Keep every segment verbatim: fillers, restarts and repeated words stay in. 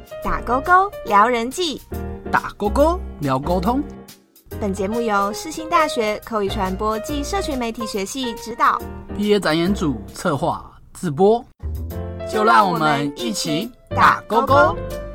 打勾勾聊人际， 打勾勾聊沟通。 本节目由世新大学口语传播暨社群媒体学系指导， 毕业展演组策划自播，就让我们一起打勾勾。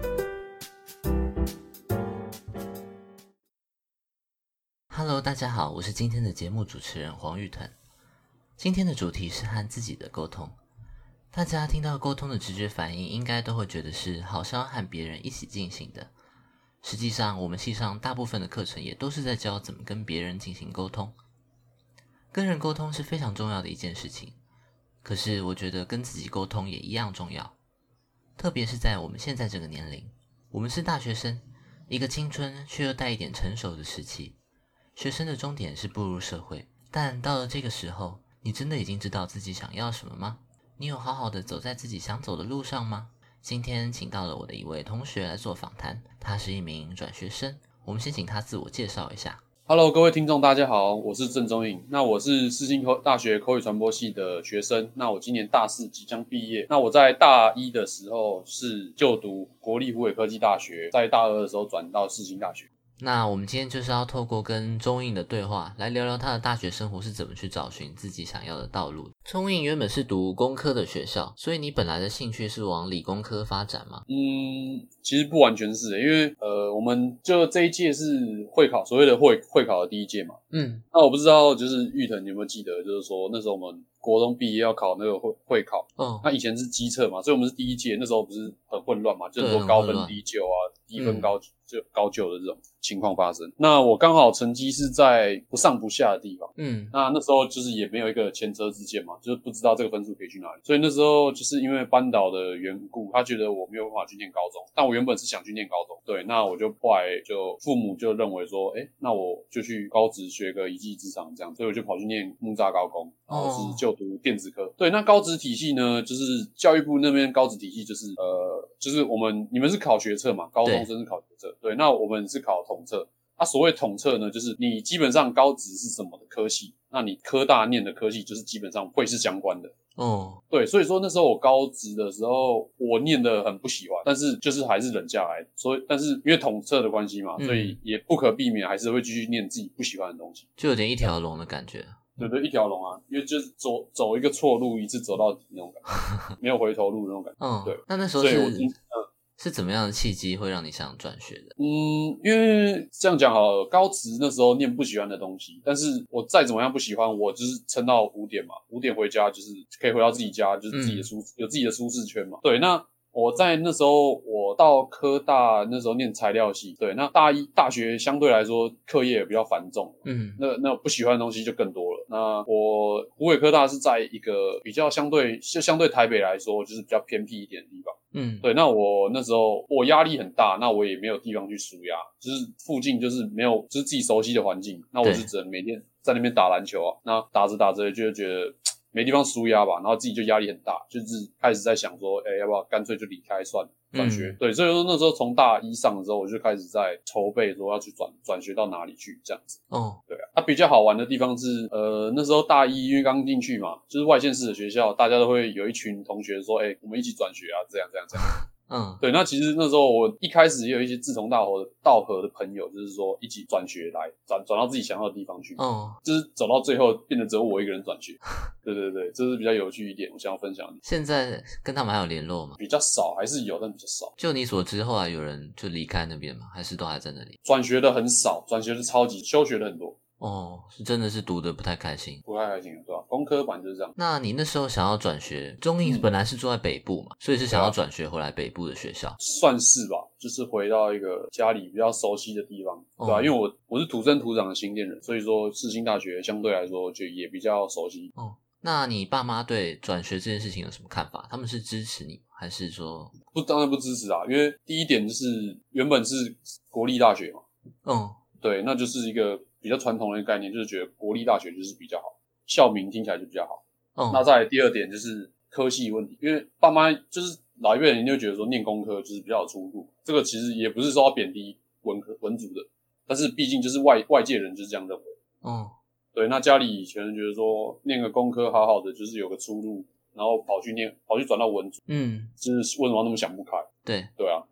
Hello， 大家好，我是今天的节目主持人黄玉腾。今天的主题是和自己的沟通。大家听到沟通的直觉反应，应该都会觉得是好像要和别人一起进行的。实际上，我们系上大部分的课程也都是在教怎么跟别人进行沟通。跟人沟通是非常重要的一件事情，可是我觉得跟自己沟通也一样重要。特别是在我们现在这个年龄，我们是大学生，一个青春却又带一点成熟的时期。学生的终点是步入社会，但到了这个时候，你真的已经知道自己想要什么吗？你有好好的走在自己想走的路上吗？今天请到了我的一位同学来做访谈，他是一名转学生，我们先请他自我介绍一下。 Hello， 各位听众，大家好，我是郑宗颖。那我是世新大学口语传播系的学生。那我今年大四即将毕业。那我在大一的时候是就读国立湖北科技大学，在大二的时候转到世新大学。 那我们今天就是要透过跟钟颖的对话来聊聊他的大学生活是怎么去找寻自己想要的道路。钟颖原本是读工科的学校，所以你本来的兴趣是往理工科发展吗？ 嗯，其实不完全是，因为呃，我们就这一届是会考，所谓的会会考的第一届嘛。嗯，那我不知道就是玉腾你有没有记得，就是说那时候我们国中毕业要考那个会会考，嗯，那以前是基测嘛，所以我们是第一届，那时候不是很混乱嘛，就是说高分低就啊，低分高、嗯、就高就的这种情况发生。那我刚好成绩是在不上不下的地方，嗯，那那时候就是也没有一个前车之鉴嘛，就是不知道这个分数可以去哪里，所以那时候就是因为班导的缘故，他觉得我没有办法去念高中，但我原本是想去念高中，对，那我就后来就父母就认为说，诶，那我就去高职学个一技之长这样，所以我就跑去念木栅高工，然后是就读电子科。哦、对，那高职体系呢，就是教育部那边高职体系就是呃，就是我们你们是考学测嘛，高中生是考学测，对，对，那我们是考统测。啊，所谓统测呢，就是你基本上高职是什么的科系，那你科大念的科系就是基本上会是相关的。哦，对，所以说那时候我高职的时候，我念得很不喜欢，但是就是还是忍下来，所以但是因为统测的关系嘛，嗯、所以也不可避免还是会继续念自己不喜欢的东西， 就有点一条龙的感觉。 对对，一条龙啊，因为就是走走一个错路，一次走到底那种感觉，没有回头路那种感觉。嗯，对。 那那时候是，所以我嗯。是怎么样的契机会让你想转学的？ 嗯，因为这样讲好了，高职那时候念不喜欢的东西，但是我再怎么样不喜欢，我就是撑到五点嘛，五点回家就是可以回到自己家，就是自己的舒、嗯、有自己的舒适圈嘛。对，那我在那时候我到科大那时候念材料系，对，那大一大学相对来说课业也比较繁重，嗯，那那不喜欢的东西就更多了。那我湖北科大是在一个比较相对就相对台北来说就是比较偏僻一点的地方。嗯，对，那我那时候我压力很大，那我也没有地方去抒压，就是附近就是没有就是自己熟悉的环境，那我就只能每天在那边打篮球啊，那打着打着就觉得没地方抒压吧，然后自己就压力很大，就是开始在想说，哎，要不要干脆就离开算了。转学、嗯、对，所以说那时候从大一上的时候，我就开始在筹备说要去转转学到哪里去这样子。哦，对啊，它、啊、比较好玩的地方是，呃，那时候大一因为刚进去嘛，就是外县市的学校，大家都会有一群同学说，哎、欸，我们一起转学啊，这样这样这样。嗯，对，那其实那时候我一开始也有一些志同道合的道合的朋友，就是说一起转学来转转到自己想要的地方去。哦，就是走到最后变得只有我一个人转学。对对对，这是比较有趣一点，我想要分享的。 现在跟他们还有联络吗？ 比较少，还是有，但比较少。 就你所知，后来有人就离开那边吗？还是都还在那里？ 转学的很少，转学的超级，休学的很多。 哦，是真的是读得不太开心， 不太开心，对吧？工科版就是这样。 那你那时候想要转学，中英本来是住在北部嘛，嗯、所以是想要转学回来北部的学校， 算是吧，就是回到一个家里比较熟悉的地方，对吧？哦、因为我我是土生土长的新店人，所以说世新大学相对来说就也比较熟悉。 哦，那你爸妈对转学这件事情有什么看法？他们是支持你，还是说不？当然不支持啊，因为第一点就是原本是国立大学嘛，嗯，对，那就是一个比较传统的概念，就是觉得国立大学就是比较好，校名听起来就比较好。嗯，那再来第二点就是科系问题，因为爸妈就是老一辈人就觉得说念工科就是比较有出路，这个其实也不是说要贬低文科文组的，但是毕竟就是外外界人就是这样认为。嗯，对，那家里以前觉得说念个工科好好的就是有个出路，然后跑去念跑去转到文组，嗯，就是为什么要那么想不开？ 对对啊，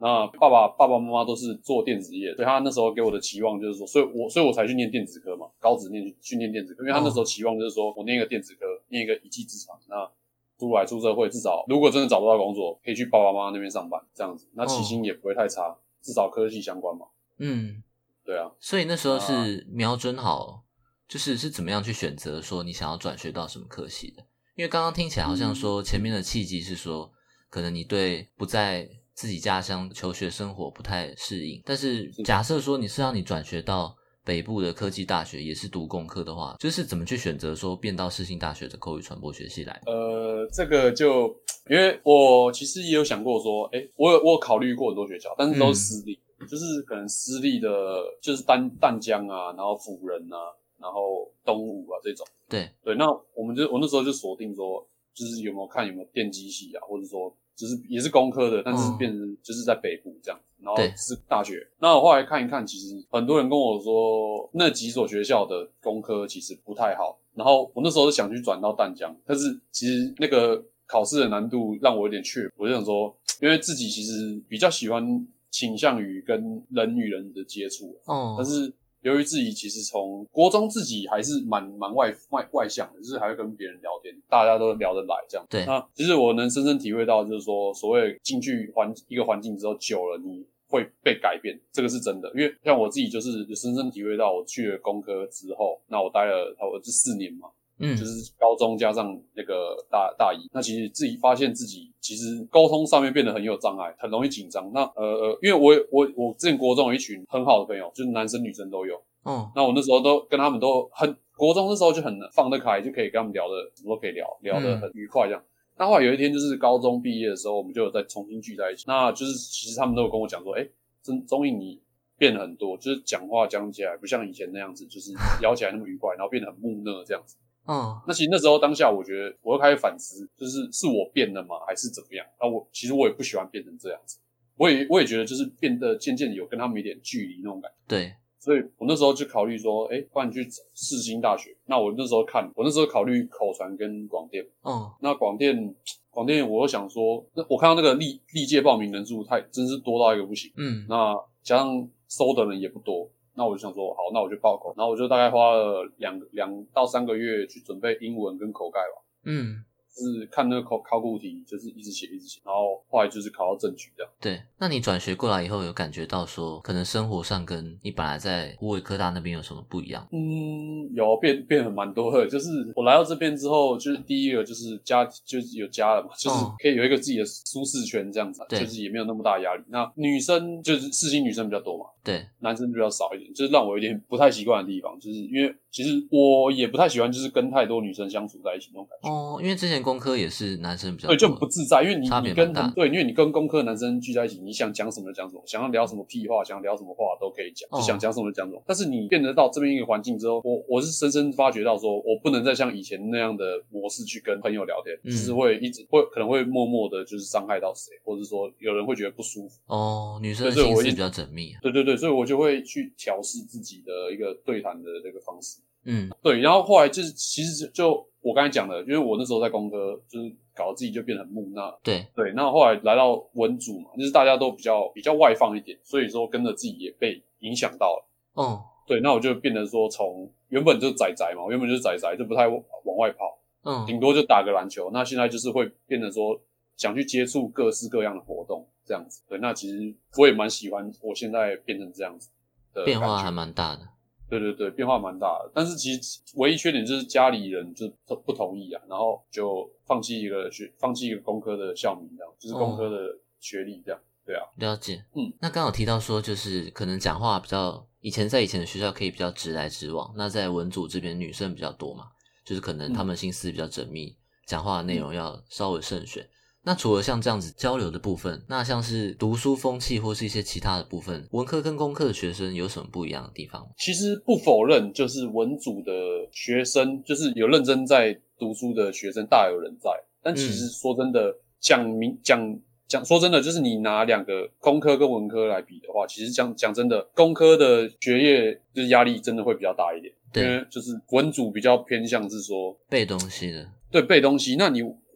那爸爸爸爸妈妈都是做电子业，所以他那时候给我的期望就是说，所以我所以我才去念电子科嘛，高职念去念电子科，因为他那时候期望就是说我念一个电子科，念一个一技之长，那出来出社会至少如果真的找不到工作，可以去爸爸妈妈那边上班这样子，那起薪也不会太差，至少科系相关嘛。 嗯， 对啊。 所以那时候是瞄准好，就是是怎么样去选择说你想要转学到什么科系的？因为刚刚听起来好像说前面的契机是说，可能你对不在自己家乡求学生活不太适应，但是假设说你是让你转学到北部的科技大学，也是读工科的话，就是怎么去选择说变到世新大学的口语传播学系来？ 呃，这个就因为我其实也有想过说，诶，我有我有考虑过很多学校，但是都是私立，嗯、就是可能私立的，就是淡淡江啊，然后辅仁啊，然后东吴啊这种。 对对，那我们就我那时候就锁定说，就是有没有看有没有电机系啊，或者说就是也是工科的，但是变成就是在北部这样。然后是大学，那我后来看一看，其实很多人跟我说那几所学校的工科其实不太好，然后我那时候是想去转到淡江，但是其实那个考试的难度让我有点怯，我就想说，因为自己其实比较喜欢倾向于跟人与人的接触， 哦， 但是由于自己其实从国中自己还是蛮蛮外外外向的，就是还会跟别人聊天，大家都聊得来这样。 对， 那其实我能深深体会到，就是说所谓进去环一个环境之后久了，你会被改变，这个是真的。因为像我自己就是深深体会到，我去了工科之后，那我待了差不多是四年嘛，嗯，就是高中加上那个大大一，那其实自己发现自己其实沟通上面变得很有障碍，很容易紧张。那呃，因为我我我之前国中有一群很好的朋友，就是男生女生都有，哦，那我那时候都跟他们都很国中那时候就很放得开，就可以跟他们聊的什么都可以聊，聊得很愉快这样。嗯，那后来有一天就是高中毕业的时候，我们就有再重新聚在一起。那就是其实他们都有跟我讲说，诶，钟钟颖你变了很多，就是讲话讲起来不像以前那样子，就是聊起来那么愉快，然后变得很木讷这样子。嗯，那其实那时候当下我觉得我又开始反思，就是是我变了吗，还是怎么样？那我其实我也不喜欢变成这样子，我也我也觉得就是变得渐渐有跟他们一点距离那种感觉。 对。 所以我那时候就考虑说，诶，不然去世新大学。那我那时候看，我那时候考虑口传跟广电。嗯，那广电，广电，我又想说，那我看到那个历历届报名人数太真是多到一个不行。嗯，那加上收的人也不多，那我就想说，好，那我就报口。然后我就大概花了两两到三个月去准备英文跟口概吧。嗯。是看那个考考古题，就是一直写一直写，然后后来就是考到正局这样。 对，那你转学过来以后，有感觉到说，可能生活上跟你本来在湖北科大那边有什么不一样？ 嗯，有变变很蛮多的。就是我来到这边之后，就是第一个就是家，就是有家了嘛，就是可以有一个自己的舒适圈这样子， 对， 就是也没有那么大压力。那女生就是世新女生比较多嘛， 对， 男生比较少一点，就是让我有点不太习惯的地方，就是因为其实我也不太喜欢就是跟太多女生相处在一起那种感觉。 哦，因为之前工科也是男生比较多， 对，就很不自在，因为你你跟对，因为你跟工科男生聚在一起，你想讲什么就讲什么，想要聊什么屁话，想要聊什么话都可以讲，就想讲什么就讲什么。但是你变得到这边一个环境之后，我我是深深发觉到说，我不能再像以前那样的模式去跟朋友聊天，嗯、就是会一直会可能会默默的，就是伤害到谁，或者说有人会觉得不舒服。 哦，女生的心思比较缜密、啊。 对对对，所以我就会去调试自己的一个对谈的这个方式。嗯，对，然后后来就是其实就我刚才讲的，因为我那时候在工科，就是搞得自己就变得很木讷。 对对，那后来来到文组嘛，就是大家都比较比较外放一点，所以说跟着自己也被影响到了。哦，对，那我就变得说从原本就是宅宅嘛，我原本就是宅宅，就不太往外跑，嗯，顶多就打个篮球。那现在就是会变得说想去接触各式各样的活动这样子。对，那其实我也蛮喜欢我现在变成这样子的变化还蛮大的。 对对对，变化蛮大的，但是其实唯一缺点就是家里人就不同意啊，然后就放弃一个学，放弃一个工科的校名，这样就是工科的学历这样，对啊， 了解。嗯，那刚好提到说，就是可能讲话比较，以前在以前的学校可以比较直来直往，那在文组这边女生比较多嘛，就是可能她们心思比较缜密，讲、嗯、话的内容要稍微慎选。那除了像这样子交流的部分，那像是读书风气或是一些其他的部分，文科跟工科的学生有什么不一样的地方？ 其实不否认，就是文组的学生，就是有认真在读书的学生大有人在。但其实说真的，讲明讲讲说真的，就是你拿两个工科跟文科来比的话，其实讲讲真的，工科的学业就是压力真的会比较大一点， 对， 因为就是文组比较偏向是说背东西的， 对，背东西。那你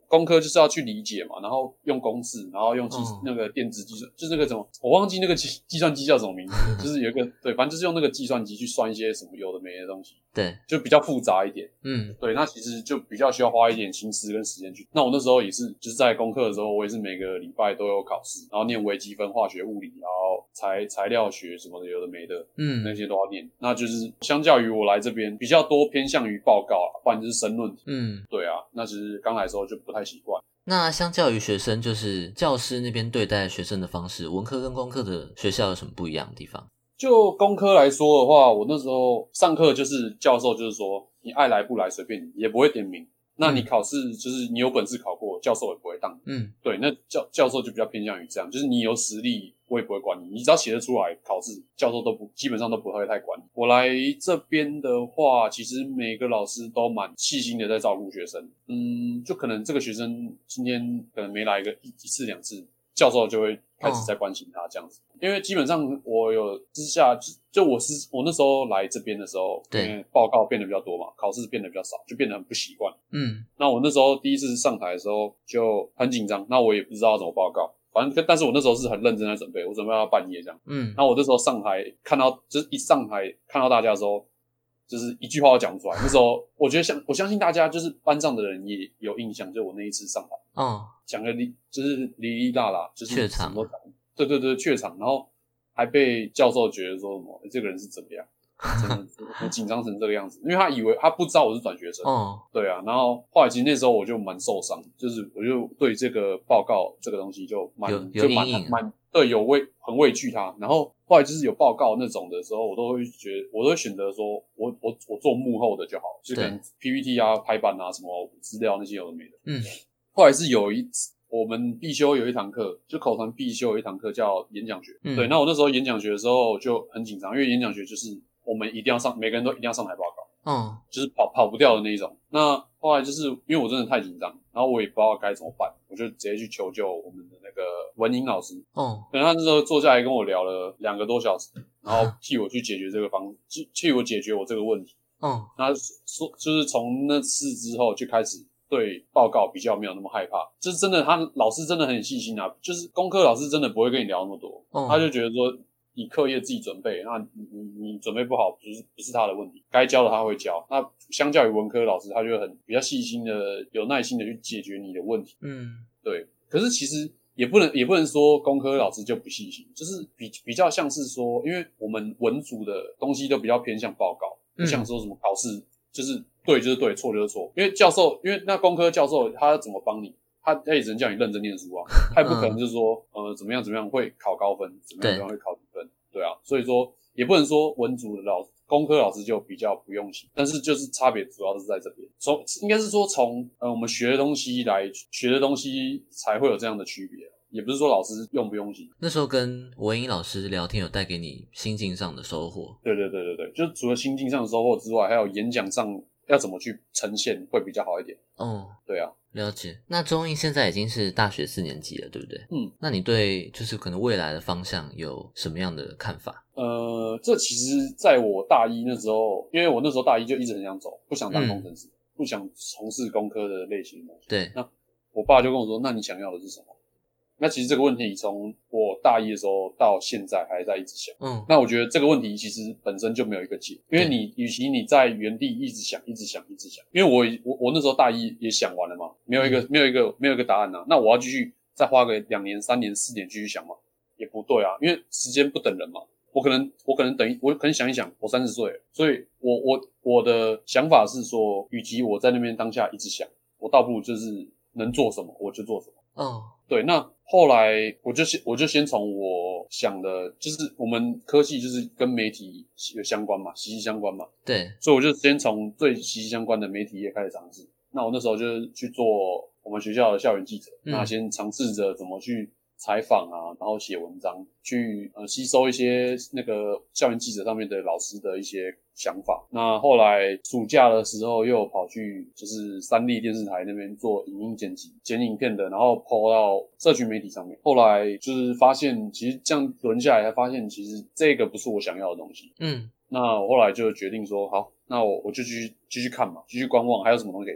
工科就是要去理解嘛，然后用公式，然后用计、嗯、那个电子计算，就是那个什么，我忘记那个计计算机叫什么名字，就是有一个对，反正就是用那个计算机去算一些什么有的没的东西， 对， 就比较复杂一点。 嗯， 对，那其实就比较需要花一点心思跟时间去。那我那时候也是，就是在功课的时候，我也是每个礼拜都有考试，然后念微积分、化学、物理，然后材材料学什么的，有的没的， 嗯， 那些都要念。那就是相较于我来这边比较多偏向于报告啦，不然就是申论题。 嗯， 对啊，那其实刚来的时候就不太习惯。 那相较于学生，就是教师那边对待学生的方式，文科跟工科的学校有什么不一样的地方？ 就工科来说的话，我那时候上课就是教授就是说，你爱来不来随便你，也不会点名。那你考试就是你有本事考过，教授也不会当。嗯，对，那教教授就比较偏向于这样，就是你有实力，我也不会管你，你只要写得出来，考试教授都不基本上都不会太管你。我来这边的话，其实每个老师都蛮细心的在照顾学生。嗯，就可能这个学生今天可能没来个一一次两次，教授就会开始在关心他这样子。哦，因为基本上我有之下就就我是我那时候来这边的时候， 对， 因为报告变得比较多嘛，考试变得比较少，就变得很不习惯。 嗯， 那我那时候第一次上台的时候就很紧张，那我也不知道要怎么报告，反正但是我那时候是很认真在准备，我准备到半夜这样。嗯，那我那时候上台看到就是一上台看到大家的时候，就是一句话都讲不出来。那时候我觉得相我相信大家就是班上的人也有印象，就我那一次上台，哦，讲个哩就是哩哩啦啦，就是怯场， 对对对，怯场，然后还被教授觉得说什么，欸，这个人是怎么样，真的我紧张成这个样子，因为他以为他不知道我是转学生，哦，对啊，然后后来其实那时候我就蛮受伤，就是我就对这个报告这个东西就蛮就蛮蛮对有畏很畏惧他，然后后来就是有报告那种的时候，我都会觉得我都会选择说我我我做幕后的就好，就可能 P P T 啊、排版啊、什么资料那些有的没的，嗯，后来是有一次。我们必修有一堂课，就口传必修有一堂课叫演讲学。嗯，对，那我那时候演讲学的时候就很紧张，因为演讲学就是我们一定要上，每个人都一定要上台报告，嗯，就是跑跑不掉的那一种。那后来就是因为我真的太紧张，然后我也不知道该怎么办，我就直接去求救我们的那个文英老师。哦，然后他那时候坐下来跟我聊了两个多小时，然后替我去解决这个方，替我解决我这个问题。嗯，那说就是从那次之后就开始。对报告比较没有那么害怕，就是真的，他老师真的很细心啊，就是工科老师真的不会跟你聊那么多，嗯，他就觉得说你课业自己准备，那你你你准备不好，不是不是他的问题，该教的他会教。那相较于文科老师，他就很比较细心的、有耐心的去解决你的问题，嗯，对。可是其实也不能也不能说工科老师就不细心，就是比比较像是说，因为我们文组的东西都比较偏向报告，不像说什么考试就是。对就是对，错就是错。因为教授，因为那工科教授他怎么帮你？他他也只能叫你认真念书啊，他也不可能就是说，呃，怎么样怎么样会考高分，怎么样怎么样会考低分，对啊。所以说也不能说文组的老工科老师就比较不用心，但是就是差别主要是在这边。从应该是说从呃我们学的东西来学的东西才会有这样的区别。也不是说老师用不用心。 那时候跟文英老师聊天，有带给你心境上的收获？ 对对对对对，就除了心境上的收获之外，还有演讲上要怎么去呈现会比较好一点。哦，对啊， 了解。那中英现在已经是大学四年级了，对不对？嗯，那你对就是可能未来的方向有什么样的看法？ 呃，这其实在我大一那时候，因为我那时候大一就一直很想走，不想当工程师，嗯、不想从事工科的类型的东西。 对， 那我爸就跟我说：“那你想要的是什么？”那其实这个问题从我大一的时候到现在还在一直想。嗯，那我觉得这个问题其实本身就没有一个解，因为你与其你在原地一直想、一直想、一直想，因为我我我那时候大一也想完了嘛，没有一个、嗯、没有一个没有一个答案啊。那我要继续再花个两年、三年、四年继续想嘛，也不对啊，因为时间不等人嘛。我可能我可能等一我可能想一想，我三十岁了，所以我我我的想法是说，与其我在那边当下一直想，我倒不如就是能做什么我就做什么。哦，对，那后来我就先我就先从我想的，就是我们科系就是跟媒体有相关嘛，息息相关嘛。 对， 所以我就先从最息息相关的媒体业开始尝试。那我那时候就是去做我们学校的校园记者，嗯、那先尝试着怎么去采访啊，然后写文章，去呃吸收一些那个校园记者上面的老师的一些想法。那后来暑假的时候又跑去就是三立电视台那边做影音剪辑，剪影片的，然后 po 到社群媒体上面。后来就是发现，其实这样轮下来才发现，其实这个不是我想要的东西。嗯，那我后来就决定说，好，那我我就继续继续看嘛，继续观望，还有什么东西可以做。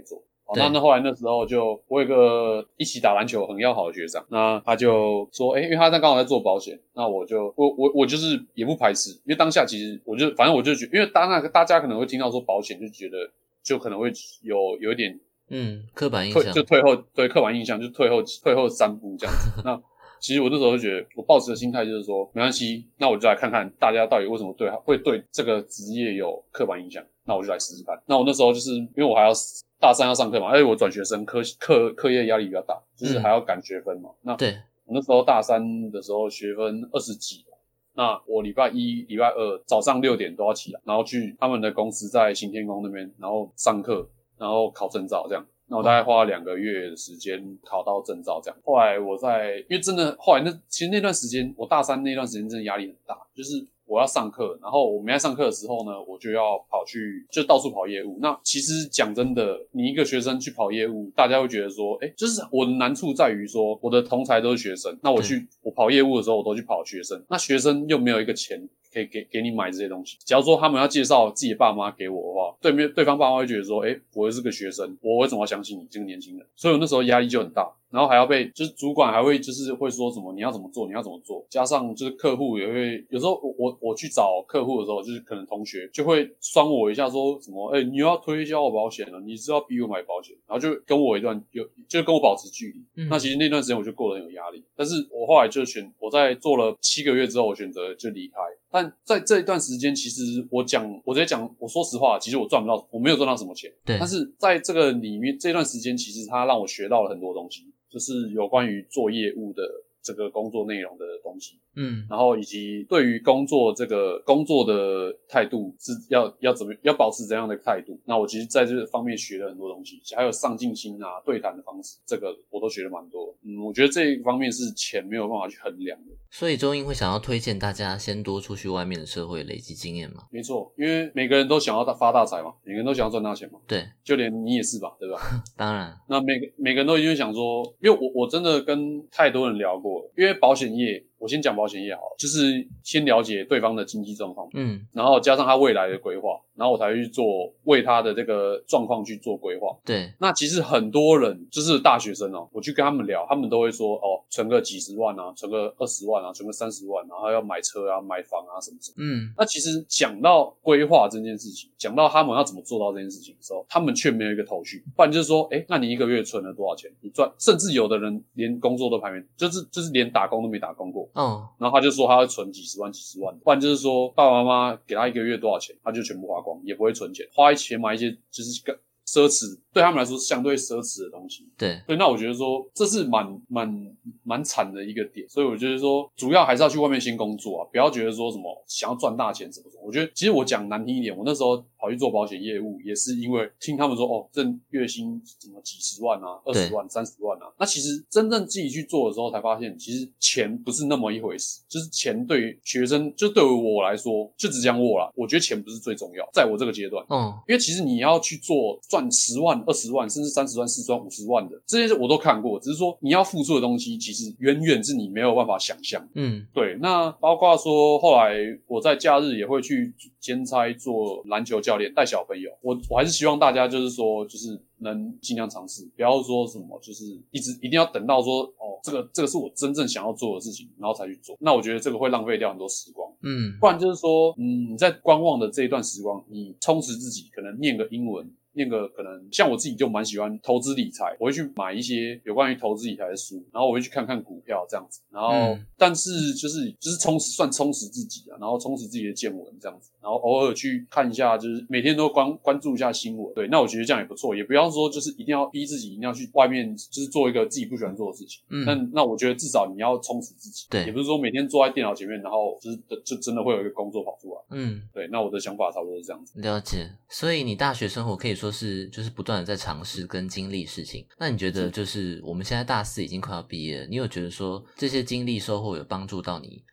哦、那那后来那时候就我有一个一起打篮球很要好的学长，那他就说，哎，因为他刚好在做保险，那我就我我我就是也不排斥，因为当下其实我就反正我就觉得，因为当那大家可能会听到说保险，就觉得就可能会有有一点嗯刻板印象， 就退后对刻板印象就退后退后三步这样子。那其实我那时候就觉得，我抱持的心态就是说，没关系，那我就来看看大家到底为什么对会对这个职业有刻板印象，那我就来试试看。那我那时候就是因为我还要大三要上课嘛，而且我转学生科课课业压力比较大，就是还要赶学分嘛。嗯、那对， 我那时候大三的时候学分二十几，那我礼拜一、礼拜二早上六点都要起来，然后去他们的公司在行天宫那边，然后上课，然后考证照这样。那我大概花了两个月的时间考到证照这样。后来我在，因为真的后来那其实那段时间，我大三那段时间真的压力很大，就是我要上课，然后我没在上课的时候呢，我就要跑去就到处跑业务。那其实讲真的，你一个学生去跑业务，大家会觉得说，诶，就是我的难处在于说，我的同才都是学生，那我去我跑业务的时候，我都去跑学生，那学生又没有一个钱可以给给你买这些东西。假如说他们要介绍自己的爸妈给我的话，对面对方爸妈会觉得说，诶，我又是个学生，我为什么要相信你这个年轻人？所以我那时候压力就很大，然后还要被就是主管还会就是会说什么你要怎么做你要怎么做，加上就是客户也会有时候我我我去找客户的时候，就是可能同学就会酸我一下说什么，诶，你又要推销我保险了，你是要逼我买保险，然后就跟我一段有就跟我保持距离。嗯、那其实那段时间我就过得很有压力，但是我后来就选我在做了七个月之后，我选择就离开。但在这一段时间，其实我讲，我直接讲，我说实话，其实我赚不到，我没有赚到什么钱。 对。 但是在这个里面，这段时间，其实它让我学到了很多东西，就是有关于做业务的这个工作内容的东西。嗯。然后以及对于工作这个工作的态度是要要怎么要保持怎样的态度？那我其实在这方面学了很多东西，还有上进心啊、对谈的方式，这个我都学了蛮多。嗯，我觉得这一方面是钱没有办法去衡量的。 所以周英会想要推荐大家先多出去外面的社会累积经验吗？ 没错，因为每个人都想要发大财嘛，每个人都想要赚大钱嘛。 对， 就连你也是吧，对吧？ 当然。 那每个每个人都一定会想说，因为我我真的跟太多人聊过，因为保险业，我先讲保险业好了，就是先了解对方的经济状况，嗯，然后加上他未来的规划，然后我才去做为他的这个状况去做规划。 对， 那其实很多人就是大学生哦，我去跟他们聊，他们都会说哦，存个几十万啊，存个二十万啊，存个三十万，然后要买车啊、买房啊什么什么。嗯，那其实讲到规划这件事情，讲到他们要怎么做到这件事情的时候，他们却没有一个头绪。不然就是说，诶，那你一个月存了多少钱？你赚，甚至有的人连工作都还没，就是就是连打工都没打工过。哦，然后他就说他要存几十万、几十万，不然就是说爸爸妈妈给他一个月多少钱，他就全部花光，也不会存钱，花钱买一些就是更奢侈，对他们来说相对奢侈的东西。 对， 对，那我觉得说这是蛮蛮蛮惨的一个点，所以我觉得说主要还是要去外面先工作啊，不要觉得说什么想要赚大钱什么什么。我觉得其实我讲难听一点，我那时候跑去做保险业务，也是因为听他们说哦，这月薪什么几十万啊、二十万、三十万啊。那其实真正自己去做的时候，才发现其实钱不是那么一回事。就是钱对于学生，就对于我来说，就只讲我啦，我觉得钱不是最重要，在我这个阶段，嗯，因为其实你要去做赚十万、二十万，甚至三十万、四十万、五十万的这些我都看过，只是说你要付出的东西，其实远远是你没有办法想象。嗯，对。那包括说后来我在假日也会去兼差做篮球教练，带小朋友。我我还是希望大家就是说，就是能尽量尝试，不要说什么就是一直一定要等到说哦，这个这个是我真正想要做的事情，然后才去做。那我觉得这个会浪费掉很多时光。嗯，不然就是说，嗯，你在观望的这一段时光，你充实自己，可能念个英文。念个可能像我自己就蛮喜欢投资理财，我会去买一些有关于投资理财的书，然后我会去看看股票这样子，然后、嗯、但是就是就是充实算充实自己啊，然后充实自己的见闻这样子，然后偶尔去看一下，就是每天都关关注一下新闻，对，那我觉得这样也不错，也不要说就是一定要逼自己一定要去外面就是做一个自己不喜欢做的事情，嗯，那那我觉得至少你要充实自己， 对， 也不是说每天坐在电脑前面，然后就是就真的会有一个工作跑出来，嗯，对，那我的想法差不多是这样子。 了解，所以你大学生活可以说是就是不断的在尝试跟经历事情。那你觉得就是我们现在大四已经快要毕业了，你有觉得说这些经历收获有帮助到你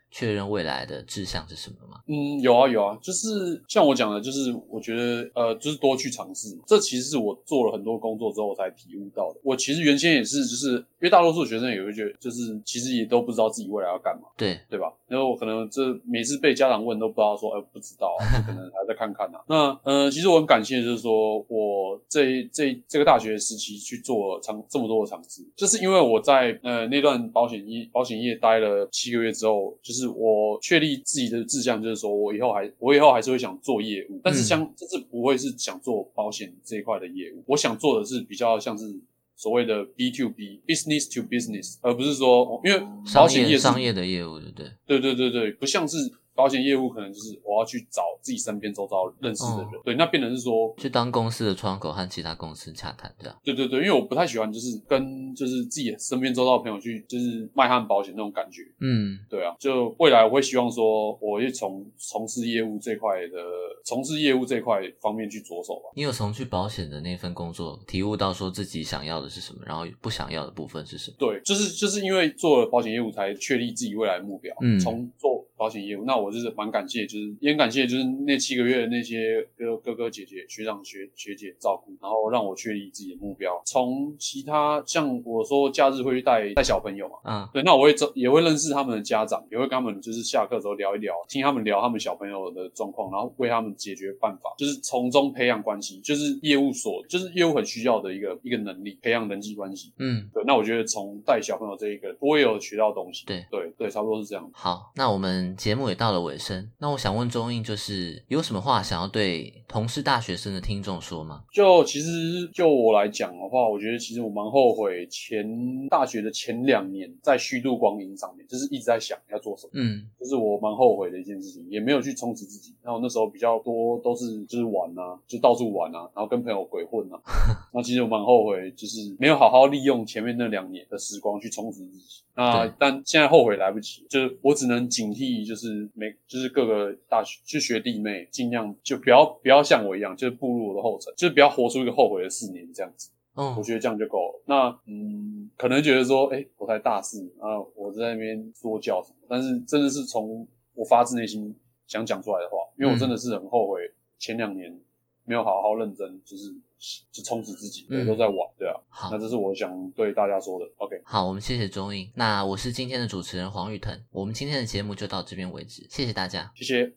确认未来的志向是什么吗？ 嗯，有啊有啊，就是像我讲的，就是我觉得呃，就是多去尝试。这其实是我做了很多工作之后才体悟到的。我其实原先也是，就是因为大多数学生也会觉得，就是其实也都不知道自己未来要干嘛， 对对吧？然后我可能这每次被家长问都不知道说，呃，不知道、啊，可能还在看看啊。那呃，其实我很感谢，就是说我这这这个大学时期去做尝这么多的尝试，就是因为我在呃那段保险业保险业待了七个月之后，就是我确立自己的志向，就是说我以后还我以后还是会想做业务，但是像这次不会是想做保险这一块的业务，我想做的是比较像是所谓的 B to B business to business， 而不是说因为保险业是商业的业务，对不对？ 对对对对，不像是保险业务，可能就是我要去找自己身边周遭认识的人，哦、对，那变成是说去当公司的窗口和其他公司洽谈，对啊。 对对对，因为我不太喜欢就是跟就是自己身边周遭的朋友去就是卖他们保险那种感觉， 嗯， 对啊，就未来我会希望说，我会从从事业务这块的从事业务这块方面去着手吧。 你有从去保险的那份工作体悟到说自己想要的是什么，然后不想要的部分是什么？ 对，就是就是因为做了保险业务才确立自己未来的目标，嗯，从做保险业务，那我就是蛮感谢，就是也很感谢，就是那七个月的那些哥哥哥姐姐、学长学学姐照顾，然后让我确立自己的目标。从其他像我说假日会去带带小朋友嘛，嗯，对，那我会也会认识他们的家长，也会跟他们就是下课的时候聊一聊，听他们聊他们小朋友的状况，然后为他们解决办法，就是从中培养关系，就是业务所就是业务很需要的一个一个能力，培养人际关系。嗯，对，那我觉得从带小朋友这一个，我也有学到东西。 对对对，差不多是这样。 好，那我们节目也到了尾声，那我想问中印，就是有什么话想要对同是大学生的听众说吗？ 就其实就我来讲的话，我觉得其实我蛮后悔前大学的前两年在虚度光阴上面，就是一直在想要做什么，嗯，就是我蛮后悔的一件事情，也没有去充实自己。然后那时候比较多都是就是玩啊，就到处玩啊，然后跟朋友鬼混啊。那其实我蛮后悔，就是没有好好利用前面那两年的时光去充实自己。那但现在后悔来不及，就是我只能警惕，就是每就是各个大学就学弟妹尽量就不要不要像我一样，就是步入我的后尘，就是不要活出一个后悔的四年这样子。嗯，我觉得这样就够了。那嗯，可能觉得说，哎，我才大四啊，我在那边说教什么，但是真的是从我发自内心想讲出来的话，因为我真的是很后悔前两年没有好好认真，就是就充实自己，嗯，都在玩，对啊。好，那这是我想对大家说的。OK， 好，我们谢谢中印。那我是今天的主持人黄玉腾，我们今天的节目就到这边为止，谢谢大家， 谢谢。